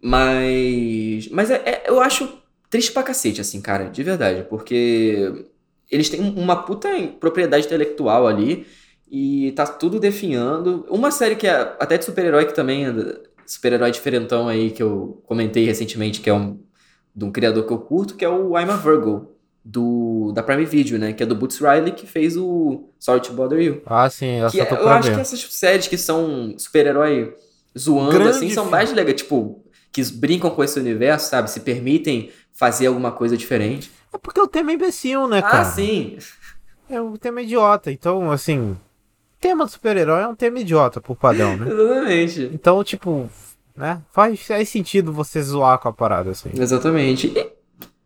Mas... Mas é, é- eu acho triste pra cacete, assim, cara. De verdade. Porque eles têm uma puta propriedade intelectual ali. E tá tudo definhando. Uma série que é até de super-herói, que também é super-herói diferentão aí, que eu comentei recentemente, que é um, de um criador que eu curto, que é o I'm a Virgo, do, da Prime Video, né? Que é do Boots Riley, que fez o Sorry to Bother You. Ah, sim, essa Que eu tô é- eu pra acho ver. que essas séries que são super-herói zoando, Grande assim, são filme. mais legais. Tipo, que brincam com esse universo, sabe? Se permitem fazer alguma coisa diferente. É porque o tema é imbecil, né, cara? Ah, sim. É um tema idiota. Então, assim, tema do super-herói é um tema idiota, por padrão, né? Exatamente. Então, tipo, né? Faz, faz sentido você zoar com a parada, assim. Exatamente. E-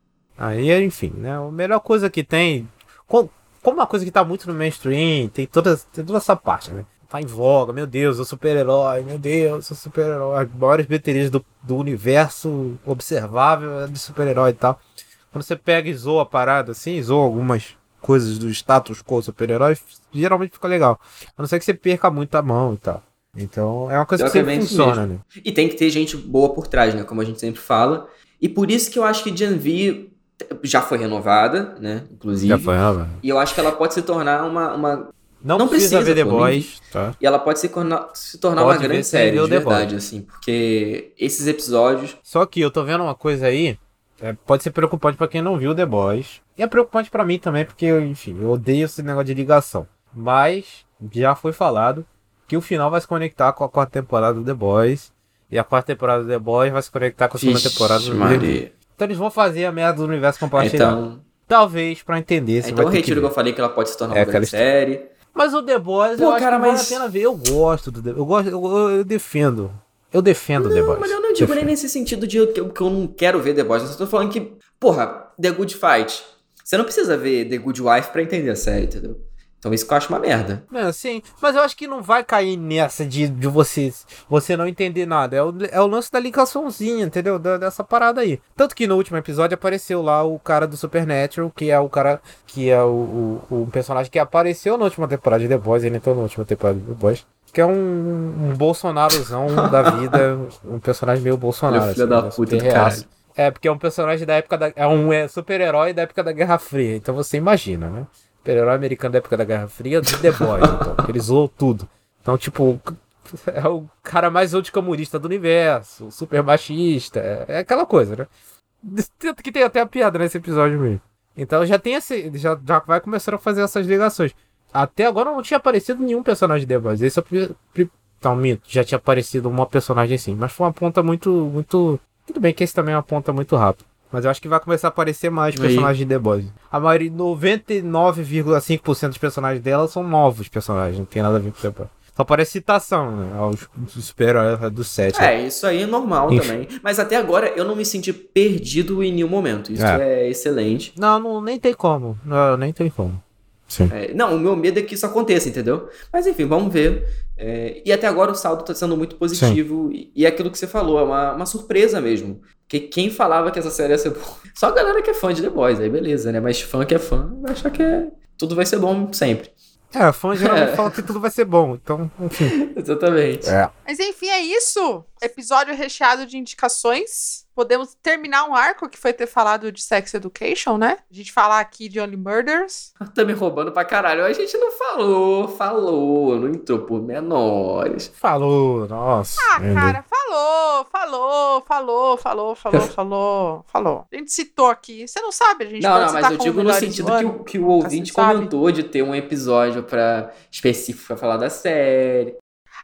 Aí, enfim, né? A melhor coisa que tem. com- Como uma coisa que tá muito no mainstream, tem toda, tem toda essa parte, né? Tá em voga, meu Deus, eu sou super-herói, meu Deus, eu sou super-herói. As maiores bilheterias do, do universo observável é de super-herói e tal. Quando você pega e zoa a parada assim, zoa algumas coisas do status quo super-herói, geralmente fica legal. A não ser que você perca muito a mão e tal. Então é uma coisa que Pior que é sempre bem isso funciona, mesmo. né? E tem que ter gente boa por trás, né? Como a gente sempre fala. E por isso que eu acho que Gen V já foi renovada, né? Inclusive. Já foi, né, velho? E eu acho que ela pode se tornar uma... uma... Não, Não precisa, precisa, ver The pô, Boys, tá? E ela pode se tornar, se tornar Pode uma ver grande sem série, ver o de The verdade, Boys. assim. Porque esses episódios... Só que eu tô vendo uma coisa aí, é, pode ser preocupante pra quem não viu The Boys. E é preocupante pra mim também, porque, enfim, eu odeio esse negócio de ligação. Mas já foi falado que o final vai se conectar com a quarta temporada do The Boys. E a quarta temporada do The Boys vai se conectar com a segunda Vixe, temporada do The Maria. Boys. Então eles vão fazer a merda do universo compartilhado. Então, Talvez pra entender se então eu vai ter que retiro o que ver. eu falei, que ela pode se tornar É, uma aquela grande história. série. Mas o The Boys Pô, eu acho cara, que vale mas- a pena ver. Eu gosto do The Boys. Eu, gosto, eu, eu, eu defendo. Eu defendo o The Não, Boys. mas eu não digo nem Defendo. nesse sentido de que eu, que eu não quero ver The Boys. Eu só tô falando que, porra, The Good Fight. Você não precisa ver The Good Wife pra entender a série, entendeu? Então isso que eu acho uma merda. É, sim, mas eu acho que não vai cair nessa de, de você, você não entender nada. É o, é o lance da ligaçãozinha, entendeu? Da- dessa parada aí. Tanto que no último episódio apareceu lá o cara do Supernatural, que é o cara, que é o, o, o personagem que apareceu na última temporada de The Boys, ele entrou na última temporada de The Boys, que é um, um Bolsonarozão da vida, um personagem meio Bolsonaro. Ele é filho assim, da né? puta do Super reaço. caralho. É, porque é um personagem da época da... É um é, super-herói da época da Guerra Fria, então você imagina, né? Super-herói americano da época da Guerra Fria de The Boys, então. Ele zoou tudo. Então, tipo, é o cara mais anticomunista do universo, super machista, é, é aquela coisa, né? Tanto que tem até a piada nesse episódio mesmo. Então já tem esse. Já, já vai começando a fazer essas ligações. Até agora não tinha aparecido nenhum personagem de The Boys. Esse é o primeiro. Então, mito, já tinha aparecido uma personagem assim. Mas foi uma ponta muito. muito. Tudo bem que esse também é uma ponta muito rápida. Mas eu acho que vai começar a aparecer mais Aí. personagens de The Boys. A maioria, noventa e nove vírgula cinco por cento dos personagens dela são novos personagens. Não tem nada a ver com The Boys. Só parece citação, né? Aos super-heróis do set. É, isso aí é normal Enfim. também. Mas até agora eu não me senti perdido em nenhum momento. Isso é, excelente. Não, não, nem tem como. Não, nem tem como. Sim. É, não, o meu medo é que isso aconteça, entendeu? Mas enfim, vamos ver. É, e até agora o saldo tá sendo muito positivo. E, e é aquilo que você falou, é uma, uma surpresa mesmo. Porque quem falava que essa série ia ser boa? Só a galera que é fã de The Boys, aí beleza, né? Mas fã que é fã, vai achar que é... tudo vai ser bom sempre. É, fã geralmente É. fala que tudo vai ser bom. Então, enfim. Exatamente. É. Mas enfim, é isso. Episódio recheado de indicações. Podemos terminar um arco que foi ter falado de Sex Education, né? A gente falar aqui de Only Murders. Tá me roubando pra caralho. A gente não falou, falou, não entrou por menores. Falou, nossa. Ah, meu cara, falou, falou, falou, falou, falou, falou, falou. A gente citou aqui. Você não sabe, a gente Não, pode não, mas citar eu como digo no melhores sentido do que ano. o, que o ouvinte Assim, sabe? comentou de ter um episódio pra, específico pra falar da série.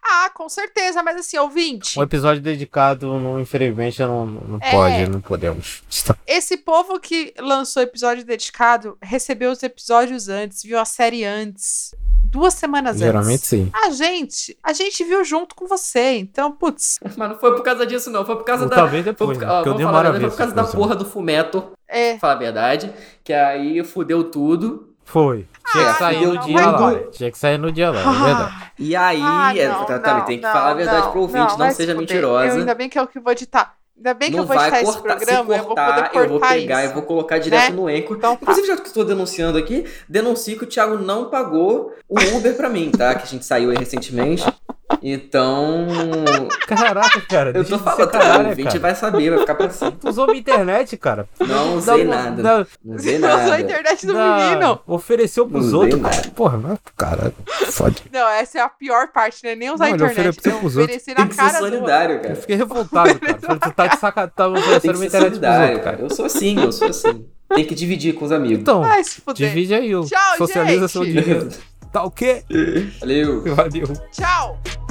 Ah, com certeza, mas assim, ouvinte. Um episódio dedicado, não, infelizmente, não, não É. pode, não podemos. Esse povo que lançou episódio dedicado recebeu os episódios antes, viu a série antes. Duas semanas Geralmente antes. sim. A gente, a gente viu junto com você, então, putz. Mas não foi por causa disso, não. Foi por causa Ou da. talvez foi depois, por, né? ó, Porque eu vamos demoro falar, a né? ver Foi por causa essa da coisa. porra do Fumeto, É. pra falar a verdade. Que aí fudeu tudo. Foi. Tinha Ah, que sair não, no não, dia vai lá. tudo. Tinha que sair no dia lá, é verdade. E aí, Ah, é, não, tá, não, tá, tem que não, falar a verdade não, pro ouvinte, não, vai se seja fuder. mentirosa. Eu, ainda bem que é o que vou editar. Ainda bem que Não eu vou vai editar esse cortar, se programa, eu vou poder cortar, cortar eu vou pegar isso. e vou colocar direto né? no Anchor. Então tá. Inclusive, já que estou denunciando aqui, denuncio que o Thiago não pagou o Uber pra mim, tá? Que a gente saiu aí recentemente. Então, Caraca, cara. eu deixa tô de falando, ser cara, o canalha, ouvinte cara. vai saber, vai ficar pra cima. Tu usou minha internet, cara. Não usei Não, nada. não, Não usei Você usou a nada. internet do não, menino. Ofereceu pros Não usei outros, nada. cara. Porra, mas, cara, fode. Não, essa é a pior parte, né? Nem usar Não, a ele internet. ofereceu Eu pros outros. ofereci Tem na que ser cara do solidário, Eu cara. fiquei revoltado, cara. Falei, tu tá de saca, tá Tem oferecendo que minha ser internet pros solidário, outros, cara. cara. Eu sou assim, eu sou assim. Tem que dividir com os amigos. Então, Vai se fuder. divide aí, o Tchau, socializa gente. seu dinheiro. Tá o quê? Valeu. Valeu. Tchau.